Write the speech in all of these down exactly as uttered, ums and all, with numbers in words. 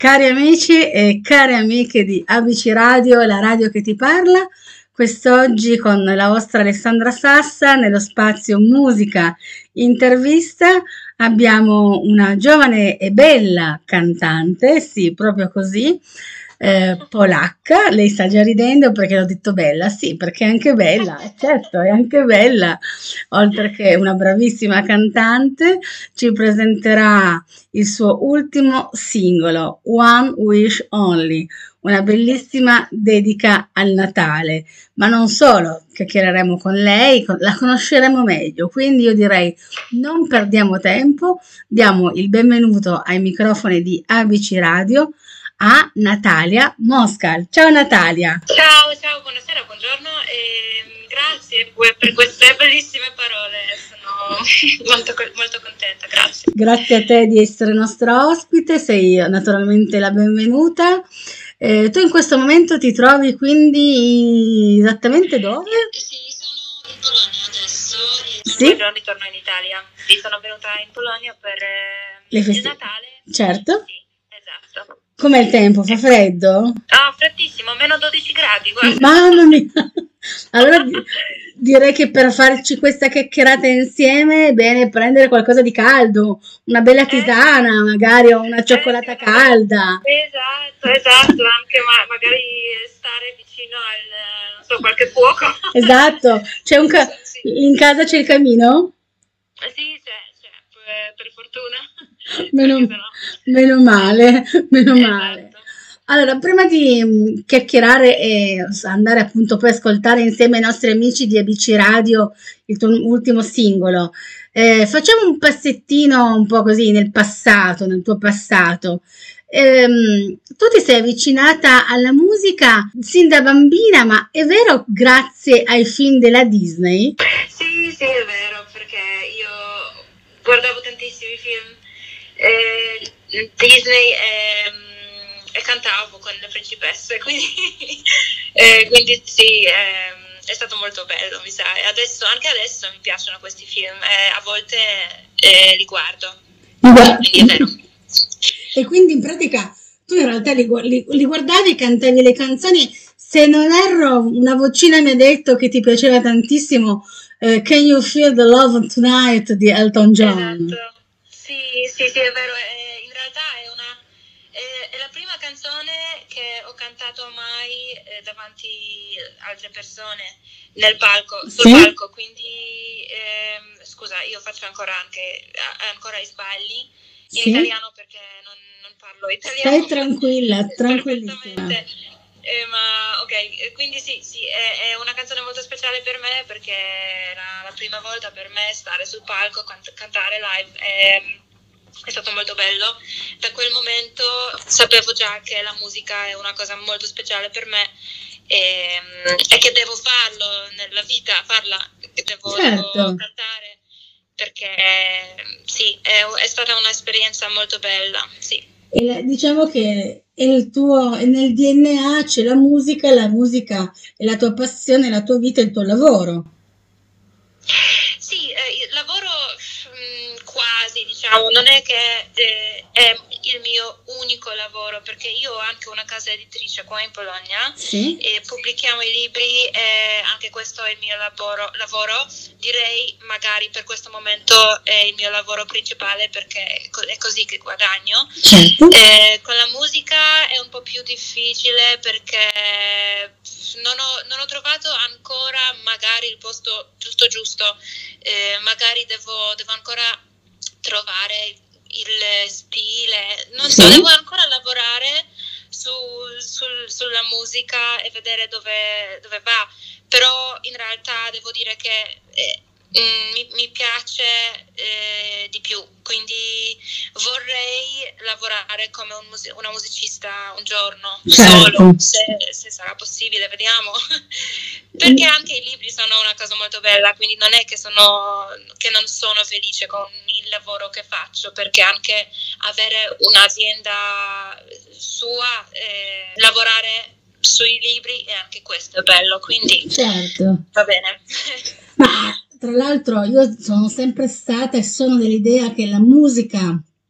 Cari amici e care amiche di A B C Radio, la radio che ti parla, quest'oggi con la vostra Alessandra Sassa nello spazio musica intervista abbiamo una giovane e bella cantante, sì, proprio così, eh, polacca. Lei sta già ridendo perché l'ho detto bella, sì, perché è anche bella, eh, certo, è anche bella, oltre che una bravissima cantante, ci presenterà il suo ultimo singolo, One Wish Only, una bellissima dedica al Natale, ma non solo, chiacchiereremo con lei, con- la conosceremo meglio, quindi io direi non perdiamo tempo, diamo il benvenuto ai microfoni di A B C Radio a Natalia Moscal. Ciao Natalia! Ciao, ciao, buonasera, buongiorno e grazie per per queste bellissime parole, sono molto, co- molto contenta, grazie. Grazie a te di essere nostra ospite, sei naturalmente la benvenuta. Eh, tu in questo momento ti trovi quindi esattamente dove? Sì, sono in Polonia adesso e tra Sì? due giorni torno in Italia. Sì, sono venuta in Polonia per eh, Le il festi- Natale. Certo. Sì, esatto. Com'è il tempo? Fa freddo? Ah, freddissimo, meno dodici gradi, guarda. Mamma mia! Allora di- direi che per farci questa chiacchierata insieme è bene prendere qualcosa di caldo, una bella Eh, tisana magari o una eh, cioccolata sì, calda. esatto, esatto, anche ma- magari stare vicino al, non so, qualche fuoco. Esatto. C'è un ca- Sì, in casa c'è il camino? sì, c'è, c'è, per, per fortuna, Meno, perché sennò... meno male, meno male. Esatto. Allora, prima di mh, chiacchierare e s- andare appunto poi a ascoltare insieme ai nostri amici di A B C Radio il tuo ultimo singolo, eh, facciamo un passettino un po' così nel passato, nel tuo passato. Ehm, tu ti sei avvicinata alla musica sin da bambina, ma è vero grazie ai film della Disney? Sì, sì, è vero, perché io guardavo tantissimi film eh, Disney e, e cantavo con le principesse, quindi, eh, quindi sì, ehm, è stato molto bello, mi sa. E adesso, anche adesso mi piacciono questi film e a volte eh, li guardo, quindi è vero. E quindi in pratica tu in realtà li, gu- li- li guardavi, cantavi le canzoni. Se non erro, una vocina mi ha detto che ti piaceva tantissimo eh, Can You Feel the Love Tonight di Elton John. Esatto, sì, sì, sì, è vero, è- in realtà è una, è, è la prima canzone che ho cantato mai eh, davanti a altre persone nel palco, sul Sì? palco, quindi ehm, scusa, io faccio ancora anche a- ancora i sbagli in Sì? italiano perché non, non parlo Stai italiano tranquilla, tranquillissima. perfettamente. Eh, ma ok, eh, quindi sì, sì, è, è una canzone molto speciale per me perché era la prima volta per me stare sul palco, cant- cantare live. E, è stato molto bello. Da quel momento sapevo già che la musica è una cosa molto speciale per me e, e che devo farlo nella vita, farla, che devo, devo Certo. cantare perché sì, è, è stata un'esperienza molto bella, sì. E la- diciamo che è il tuo, è nel D N A c'è la musica, la musica è la tua passione, la tua vita, il tuo lavoro. Sì, eh, il lavoro mm, quasi, diciamo, non è che eh, è il mio unico lavoro, perché io ho anche una casa editrice qua in Polonia Sì? e pubblichiamo i libri e anche questo è il mio lavoro, lavoro. Direi magari per questo momento è il mio lavoro principale perché è co- è così che guadagno. Certo. Eh, con la musica è un po' più difficile perché non ho, non ho trovato ancora magari il posto giusto giusto, eh, magari devo, devo ancora trovare il stile, non so, Sì? devo ancora lavorare su, sul- sulla musica e vedere dove, dove va, però in realtà devo dire che eh, mm, mi, mi piace eh, di più, quindi vorrei lavorare come un muse- una musicista un giorno, Certo. solo, se, se sarà possibile, vediamo. Perché anche i libri sono una cosa molto bella, quindi non è che, sono, che non sono felice con il lavoro che faccio, perché anche avere un'azienda sua, eh, lavorare sui libri e anche questo è bello, quindi Certo. va bene. Ma tra l'altro io sono sempre stata e sono dell'idea che la musica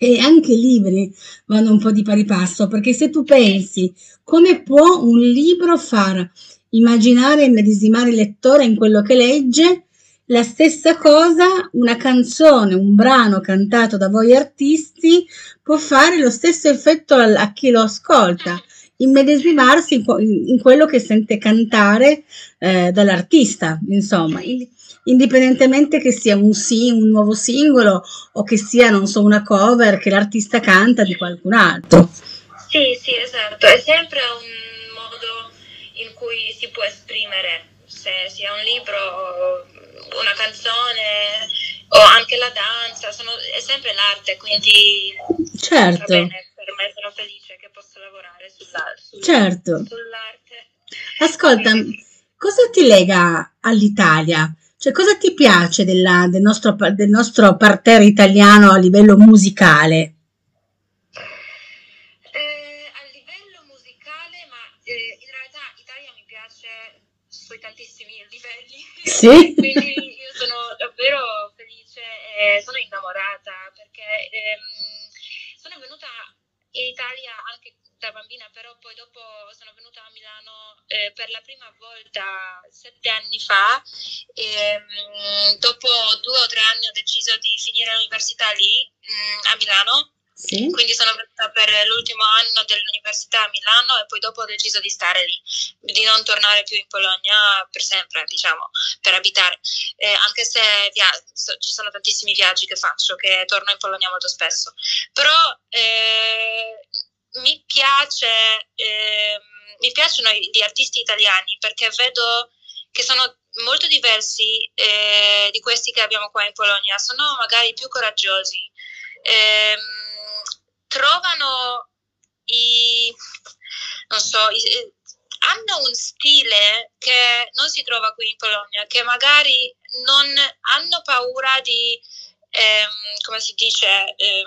E anche i libri vanno un po' di pari passo, perché se tu pensi come può un libro far immaginare e immedesimare il lettore in quello che legge, la stessa cosa una canzone, un brano cantato da voi artisti può fare lo stesso effetto al- a chi lo ascolta, immedesimarsi in, que- in quello che sente cantare eh, dall'artista, insomma, ind- indipendentemente che sia un, sì, un nuovo singolo o che sia, non so, una cover che l'artista canta di qualcun altro. Sì, sì, esatto, è sempre un modo in cui si può esprimere, se sia un libro, una canzone o anche la danza, sono, è sempre l'arte, quindi Certo. Va bene, per me sono felice che posso lavorare sulla, sul, certo. sull'arte. Ascolta, cosa ti lega all'Italia? Cioè, cosa ti piace della- del nostro, pa- del nostro parterre italiano a livello musicale? Eh, a livello musicale, ma eh, in realtà Italia mi piace sui tantissimi livelli, Sì? quindi io sono davvero felice e sono innamorata perché ehm, sono venuta in Italia anche da bambina, però poi dopo sono venuta a Milano eh, per la prima volta sette anni fa e mm, dopo due o tre anni ho deciso di finire l'università lì mm, a Milano. Sì? Quindi sono venuta per l'ultimo anno dell'università a Milano e poi dopo ho deciso di stare lì, di non tornare più in Polonia per sempre, diciamo, per abitare. Eh, anche se via- so- ci sono tantissimi viaggi che faccio, che torno in Polonia molto spesso. Però eh, mi piace, eh, mi piacciono gli artisti italiani perché vedo che sono molto diversi eh, di questi che abbiamo qua in Polonia. Sono magari più coraggiosi. Ehm, trovano i non so i, hanno un stile che non si trova qui in Polonia, che magari non hanno paura di ehm, come si dice ehm,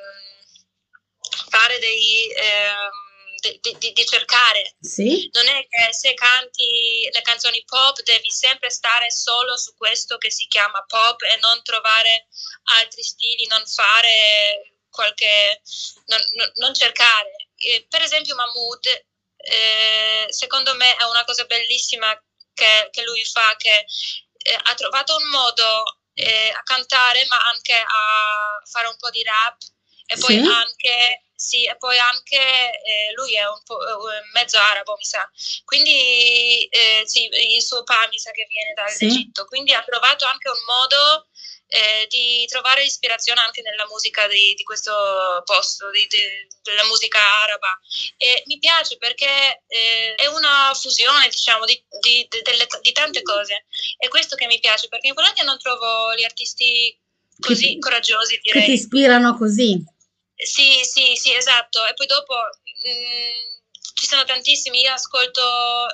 fare dei ehm, di, di, di cercare. Sì? Non è che se canti le canzoni pop devi sempre stare solo su questo che si chiama pop e non trovare altri stili, non fare qualche non, non, non cercare. Eh, per esempio Mahmood eh, secondo me è una cosa bellissima che, che lui fa, che eh, ha trovato un modo eh, a cantare ma anche a fare un po' di rap e poi Sì? anche sì, e poi anche eh, lui è un po' eh, mezzo arabo, mi sa, quindi eh, sì, il suo pa mi sa che viene dall'Egitto, Sì? quindi ha trovato anche un modo eh, di trovare ispirazione anche nella musica di, di questo posto, di, di, della musica araba. E mi piace perché eh, è una fusione, diciamo, di, di, di, delle, di tante cose. È questo che mi piace, perché in Polonia non trovo gli artisti Che così ti, coraggiosi, che ti direi. ispirano così? Sì, sì, sì, esatto. E poi dopo mh, ci sono tantissimi, io ascolto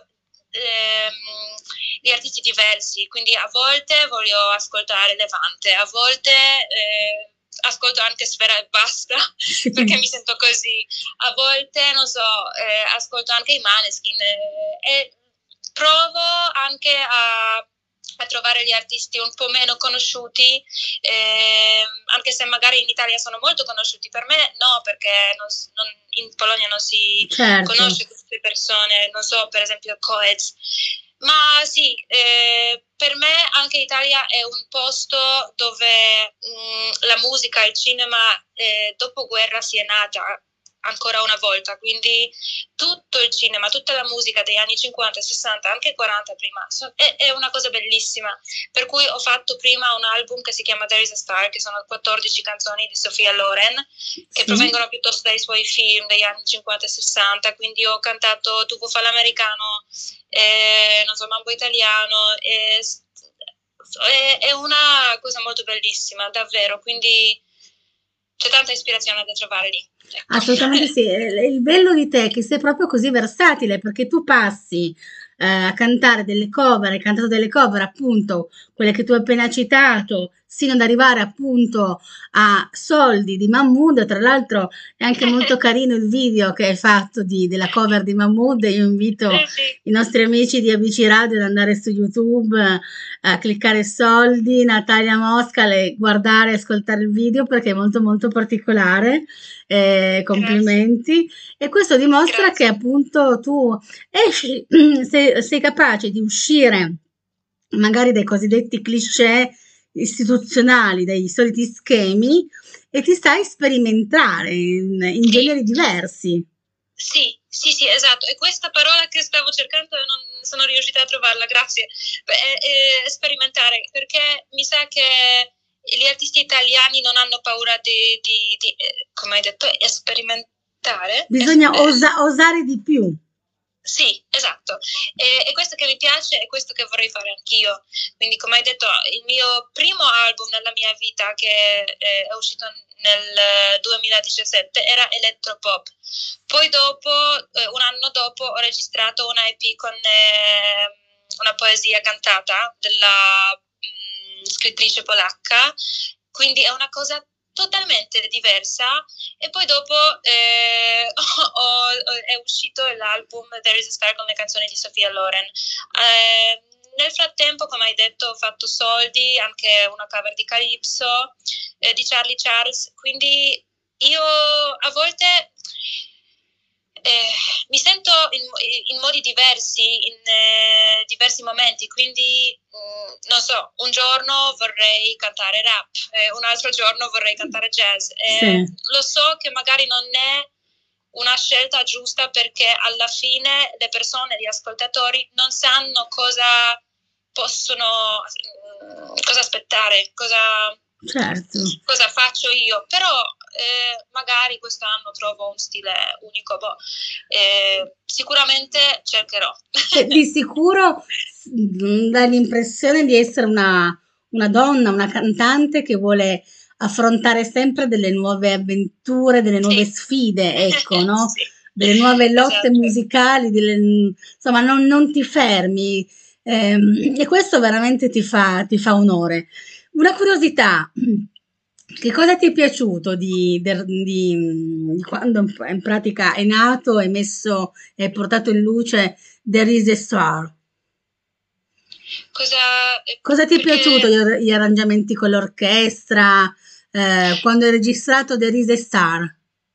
ehm, gli artisti diversi, quindi a volte voglio ascoltare Levante, a volte eh, ascolto anche Sfera e Basta, Sì. perché mi sento così, a volte, non so, eh, ascolto anche i Maneskin eh, e provo anche a a trovare gli artisti un po' meno conosciuti, eh, anche se magari in Italia sono molto conosciuti. Per me no, perché non, non, in Polonia non si Certo. conosce queste persone, non so, per esempio Coez. Ma sì, eh, per me anche Italia è un posto dove mh, la musica, il cinema eh, dopo guerra si è nata ancora una volta, quindi tutto il cinema, tutta la musica degli anni cinquanta, sessanta, anche quaranta prima, so, è, è una cosa bellissima, per cui ho fatto prima un album che si chiama There is a Star, che sono quattordici canzoni di Sophia Loren, che Sì? provengono piuttosto dai suoi film degli anni cinquanta e sessanta, quindi ho cantato Tuffo fa l'americano, eh, non so, Mambo italiano, e, è, è una cosa molto bellissima, davvero, quindi c'è tanta ispirazione da trovare lì. Ecco. Assolutamente sì. Il il bello di te è che sei proprio così versatile, perché tu passi eh, a cantare delle cover, hai cantato delle cover, appunto, quelle che tu hai appena citato, sino ad arrivare appunto a Soldi di Mahmood. Tra l'altro è anche molto carino il video che hai fatto di, della cover di Mahmood. Io invito Sì, sì. i nostri amici di A B C Radio ad andare su YouTube, eh, a cliccare Soldi, Natalia Mosca, e guardare e ascoltare il video perché è molto molto particolare. Eh, complimenti. E questo dimostra Grazie. che appunto tu esci, sei, sei capace di uscire magari dai cosiddetti cliché istituzionali, dai soliti schemi, e ti sai sperimentare in, in Sì. generi diversi. Sì, sì, sì, esatto. E questa parola che stavo cercando non sono riuscita a trovarla, grazie. È, è sperimentare, perché mi sa che gli artisti italiani non hanno paura di, di, di come hai detto, sperimentare. Bisogna Esper- osa- osare di più. Sì, esatto. E, e questo che mi piace è questo che vorrei fare anch'io. Quindi, come hai detto, il mio primo album nella mia vita, che eh, è uscito nel duemiladiciassette, era Elettropop. Poi dopo, eh, un anno dopo, ho registrato una E P con eh, una poesia cantata della mh, scrittrice polacca. Quindi è una cosa totalmente diversa. E poi dopo eh, ho, ho, è uscito l'album There is a Star con le canzoni di Sofia Loren. Eh, nel frattempo, come hai detto, ho fatto Soldi, anche una cover di Calypso, eh, di Charlie Charles. Quindi io a volte eh, mi sento in, in modi diversi, in eh, diversi momenti. Quindi mh, non so, un giorno vorrei cantare rap, eh, un altro giorno vorrei cantare jazz. Eh, Sì. Lo so che magari non è una scelta giusta, perché alla fine le persone, gli ascoltatori, non sanno cosa possono, cosa aspettare, cosa, certo. cosa faccio io. Però eh, magari quest'anno trovo un stile unico. Boh. Eh, sicuramente cercherò. Di sicuro dà l'impressione di essere una, una donna, una cantante che vuole affrontare sempre delle nuove avventure, delle nuove Sì. sfide, ecco, no? Sì. Delle nuove lotte Esatto. musicali, delle, insomma, non, non ti fermi, ehm, e questo veramente ti fa, ti fa onore. Una curiosità, che cosa ti è piaciuto di, di, di, di quando in pratica è nato, hai messo, hai portato in luce There is a Star? Cosa, Cosa ti è perché, piaciuto gli, gli arrangiamenti con l'orchestra, eh, quando hai registrato There is a Star?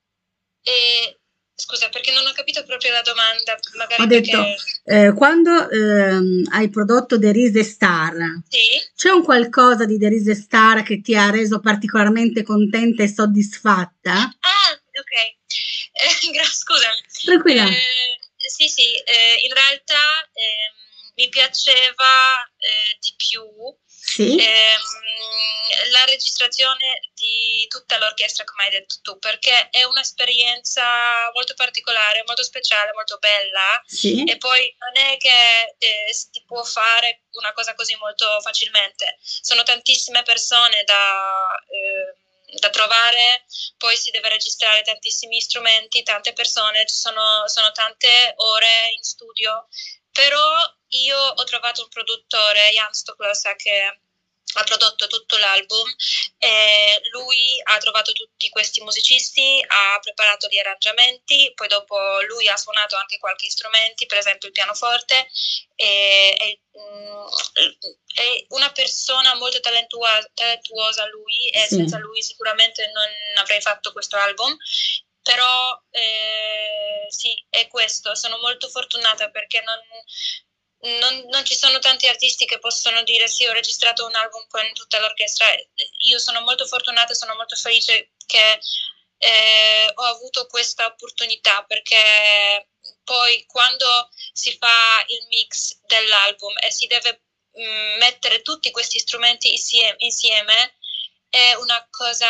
eh, scusa, perché non ho capito proprio la domanda, magari Ho detto, perché eh, quando ehm, hai prodotto There is a Star, sì. c'è un qualcosa di There is a Star che ti ha reso particolarmente contenta e soddisfatta? Ah, ok. Eh, gra- scusa. Tranquilla. Eh, sì, sì, eh, in realtà ehm, mi piaceva eh, di più Sì, ehm, la registrazione di tutta l'orchestra, come hai detto tu, perché è un'esperienza molto particolare, molto speciale, molto bella. sì, E poi non è che eh, si può fare una cosa così molto facilmente. Sono tantissime persone da, eh, da trovare, poi si deve registrare tantissimi strumenti, tante persone, ci sono, sono tante ore in studio. Però io ho trovato un produttore, Jan Stoklosa, che ha prodotto tutto l'album, e lui ha trovato tutti questi musicisti, ha preparato gli arrangiamenti, poi dopo lui ha suonato anche qualche strumento, per esempio il pianoforte. E, e, mm, è una persona molto talentuosa, talentuosa lui, e sì. senza lui sicuramente non avrei fatto questo album. Però eh, sì, è questo, sono molto fortunata perché non, non, non ci sono tanti artisti che possono dire sì, ho registrato un album con tutta l'orchestra. Io sono molto fortunata, sono molto felice che eh, ho avuto questa opportunità, perché poi quando si fa il mix dell'album e si deve mh, mettere tutti questi strumenti insieme, insieme è una cosa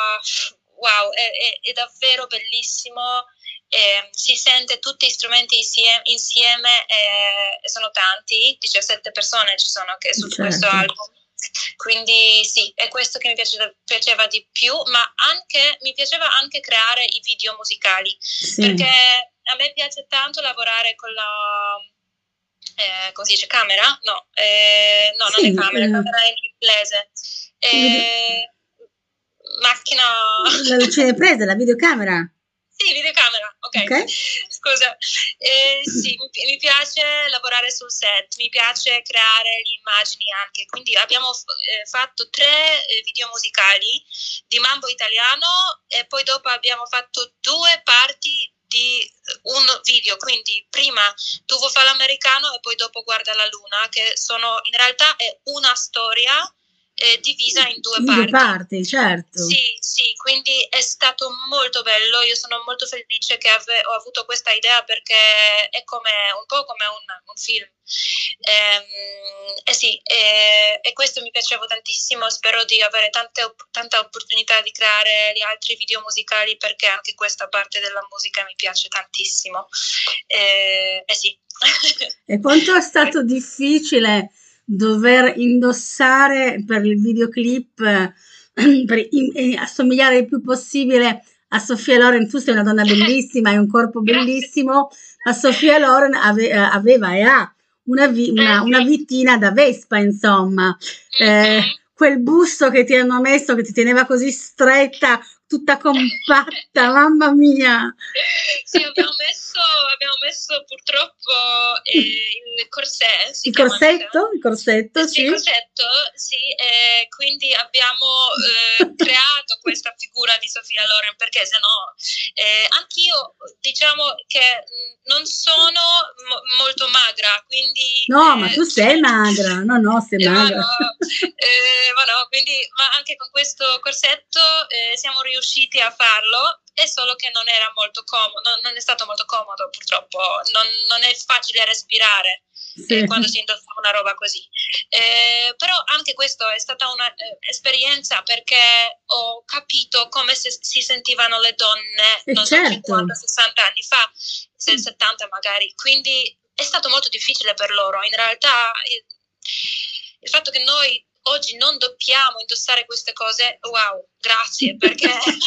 wow, è, è, è davvero bellissimo. Eh, si sente tutti gli strumenti insieme, insieme e, e sono tanti, diciassette persone ci sono che su Certo. questo album. Quindi sì, è questo che mi piaceva, piaceva di più, ma anche mi piaceva anche creare i video musicali, Sì. perché a me piace tanto lavorare con la eh, come si dice, camera? No, eh, no, Sì, non è camera, eh. camera è in inglese. E... macchina... La cinepresa, la videocamera? Sì, videocamera, ok. okay. Scusa. Eh, sì, mi, mi piace lavorare sul set, mi piace creare le immagini anche. Quindi abbiamo eh, fatto tre eh, video musicali di Mambo Italiano e poi dopo abbiamo fatto due parti di un video. Quindi prima Tu vuoi fare l'americano e poi dopo Guarda la luna, che sono in realtà è una storia Eh, divisa in due in parti. due parti, certo. Sì, sì, quindi è stato molto bello. Io sono molto felice che ave- ho avuto questa idea perché è come un po' come un, un film. Ehm, eh sì, e, e questo mi piaceva tantissimo. Spero di avere tante, tanta opportunità di creare gli altri video musicali perché anche questa parte della musica mi piace tantissimo. Eh, eh sì. E quanto è stato difficile dover indossare per il videoclip eh, per in- eh, assomigliare il più possibile a Sofia Loren. Tu sei una donna bellissima, hai un corpo bellissimo, ma Sofia Loren ave- eh, aveva e ha una, vi- una, una vittina da Vespa, insomma. Eh, quel busto che ti hanno messo, che ti teneva così stretta, tutta compatta, mamma mia. Sì, abbiamo messo, abbiamo messo purtroppo eh, il corset. Il corsetto? Il corsetto, sì. sì. Il corsetto, sì, e quindi abbiamo eh, creato questa figura di Sofia Loren perché se no, eh, anch'io diciamo che non sono mo- molto magra, quindi... No, eh, ma tu sei magra, no, no, sei magra. Ma no, eh, ma no, quindi, ma anche con questo corsetto eh, siamo riusciti a farlo, è solo che non era molto comodo, non, non è stato molto comodo purtroppo, non, non è facile respirare Sì. eh, quando si indossa una roba così. Eh, però anche questo è stata un'esperienza eh, perché ho capito come se, si sentivano le donne, eh non certo. so, cinquanta sessanta anni fa, settanta magari, quindi è stato molto difficile per loro. In realtà il, il fatto che noi oggi non dobbiamo indossare queste cose, wow, grazie, perché,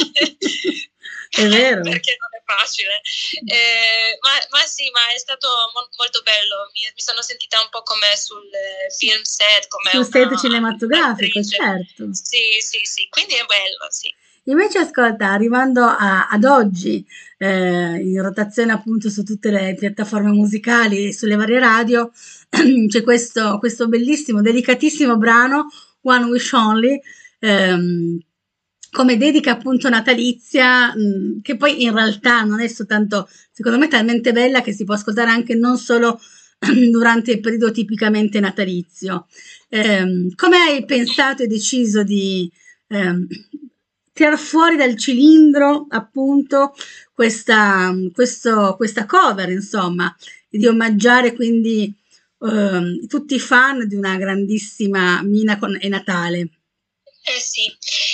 è vero. perché non è facile. Eh, ma, ma sì, ma è stato mo- molto bello, mi, mi sono sentita un po' come sul film set, come sul una set cinematografico, attrice. certo. Sì, sì, sì, quindi è bello, sì. Invece ascolta, arrivando a, ad oggi, eh, in rotazione appunto su tutte le piattaforme musicali e sulle varie radio, c'è questo, questo bellissimo, delicatissimo brano, One Wish Only, ehm, come dedica appunto natalizia, mh, che poi in realtà non è soltanto, secondo me, talmente bella che si può ascoltare anche non solo durante il periodo tipicamente natalizio. Ehm, come hai pensato e deciso di... Ehm, tirar fuori dal cilindro appunto questa, questo, questa cover, insomma, e di omaggiare quindi ehm, tutti i fan di una grandissima Mina con, e Natale. Eh sì,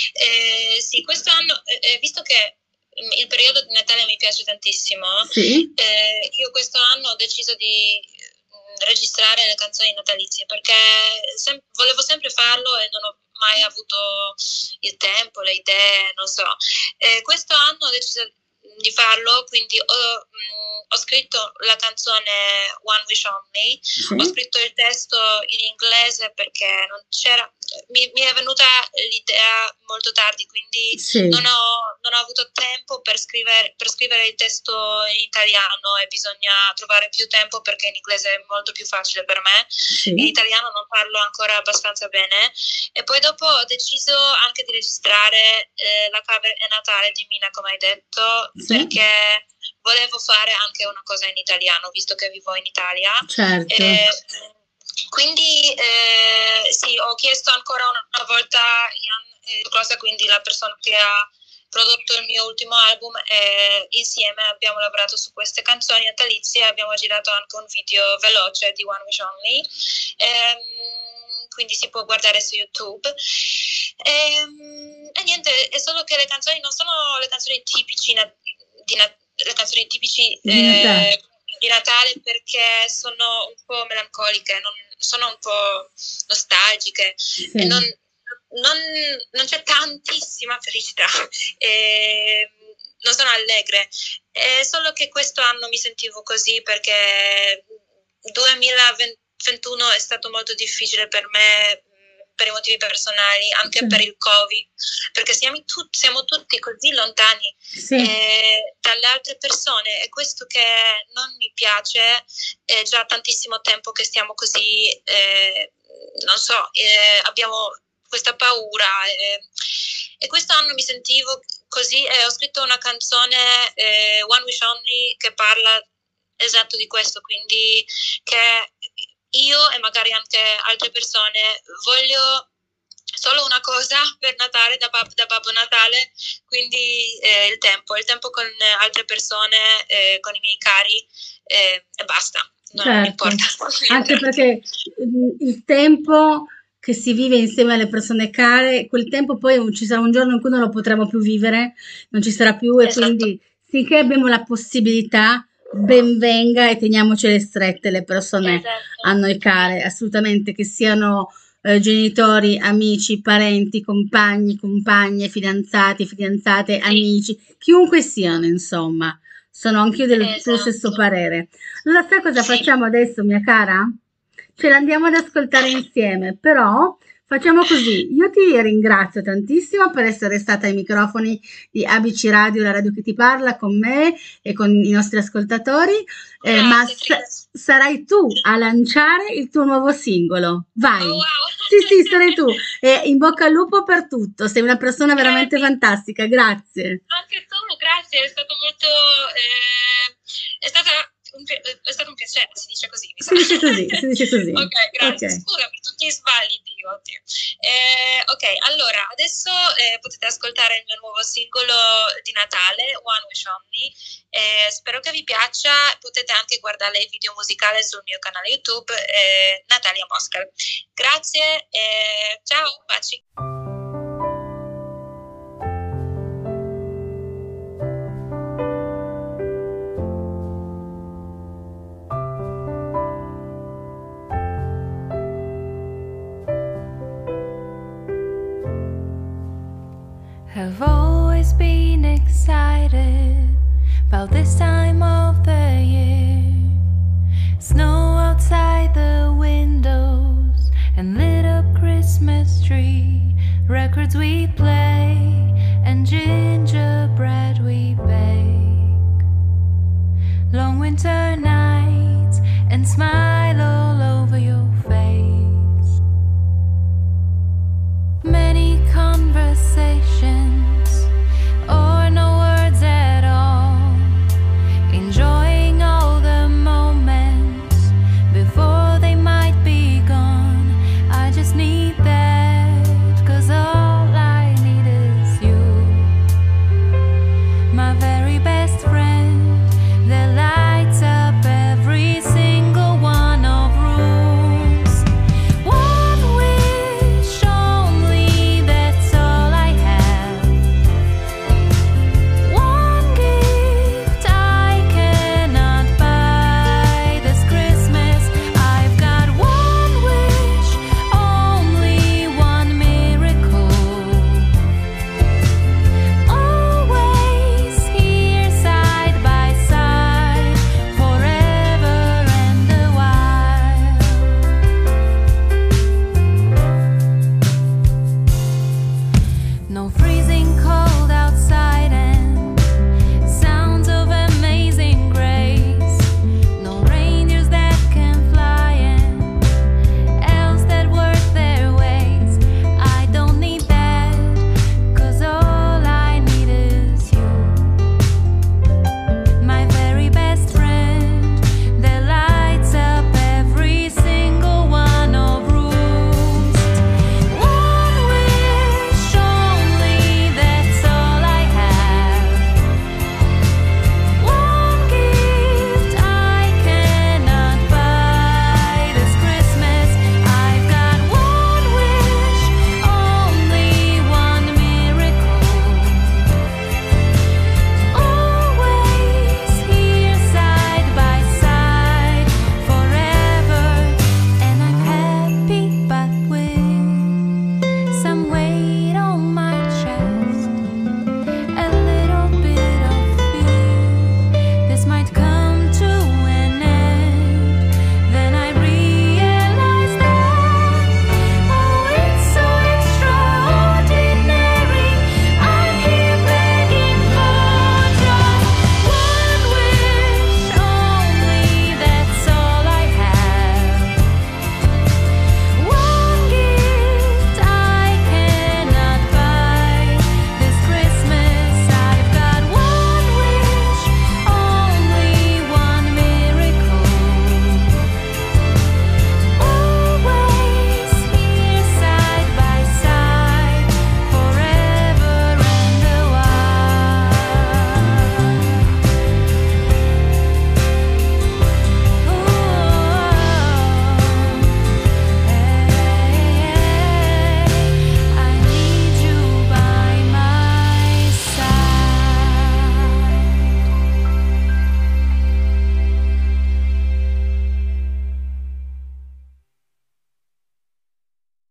eh, sì, quest'anno, eh, visto che il periodo di Natale mi piace tantissimo, sì. eh, io questo anno ho deciso di registrare le canzoni natalizie perché sem- volevo sempre farlo e non ho mai avuto il tempo, le idee, non so. Eh, questo anno ho deciso di farlo, quindi ho, mh, ho scritto la canzone One Wish on Me, sì. ho scritto il testo in inglese perché non c'era, mi, mi è venuta l'idea molto tardi, quindi sì. non, ho, non ho avuto tempo per scrivere, per scrivere il testo in italiano e bisogna trovare più tempo perché in inglese è molto più facile per me, sì. in italiano non parlo ancora abbastanza bene e poi dopo ho deciso anche di registrare eh, la cover È Natale di Mina, come hai detto, sì. perché volevo fare anche una cosa in italiano visto che vivo in Italia. Certo. E, quindi eh, sì, ho chiesto ancora una, una volta Ian eh, Closa, quindi la persona che ha prodotto il mio ultimo album, e insieme abbiamo lavorato su queste canzoni natalizie, abbiamo girato anche un video veloce di One Wish Only, ehm, quindi si può guardare su YouTube. Ehm, e niente, è solo che le canzoni non sono le canzoni tipici na- di na- le canzoni tipici di Natale. Eh, di Natale perché sono un po' melancoliche, non, sono un po' nostalgiche, sì. e non, non, non c'è tantissima felicità, e non sono allegre, è solo che questo anno mi sentivo così perché duemilaventuno è stato molto difficile per me per i motivi personali, anche sì. per il Covid, perché siamo, tu- siamo tutti così lontani sì. eh, dalle altre persone, e questo che non mi piace. È già tantissimo tempo che stiamo così, eh, non so, eh, abbiamo questa paura, eh, e quest'anno mi sentivo così e ho scritto una canzone, eh, One Wish Only, che parla esatto di questo, quindi che io e magari anche altre persone voglio solo una cosa per Natale, da, Bab- da Babbo Natale, quindi eh, il tempo, il tempo con altre persone, eh, con i miei cari, eh, e basta, non certo. importa. Anche perché il tempo che si vive insieme alle persone care, quel tempo poi ci sarà un giorno in cui non lo potremo più vivere, non ci sarà più, e esatto. quindi finché abbiamo la possibilità, ben venga, e teniamocele strette le persone esatto. a noi care, assolutamente, che siano eh, genitori, amici, parenti, compagni, compagne, fidanzati, fidanzate, sì. amici, chiunque siano, insomma. Sono anch'io del esatto. tuo stesso parere. Allora sai cosa sì. facciamo adesso, mia cara? Ce l'andiamo ad ascoltare insieme, però facciamo così: io ti ringrazio tantissimo per essere stata ai microfoni di A B C Radio, la radio che ti parla, con me e con i nostri ascoltatori, eh, ma sa- sarai tu a lanciare il tuo nuovo singolo. Vai! Oh, wow. Sì, sì, sarai tu. E in bocca al lupo per tutto, sei una persona veramente grazie. fantastica, grazie. Anche tu, grazie, è stato molto... Eh, è stata... Un, è stato un piacere, si dice così. Si dice così, si dice così. Ok, grazie. Okay. Scusa per tutti gli sbagli, oddio. Eh, ok, allora, adesso eh, potete ascoltare il mio nuovo singolo di Natale, One Wish Only. Eh, spero che vi piaccia. Potete anche guardare il video musicale sul mio canale YouTube, eh, Natalia Moscal. Grazie, eh, ciao, baci. Have always been excited about this time of the year. Snow outside the windows and lit up Christmas tree. Records we play and gingerbread we bake. Long winter nights and smiles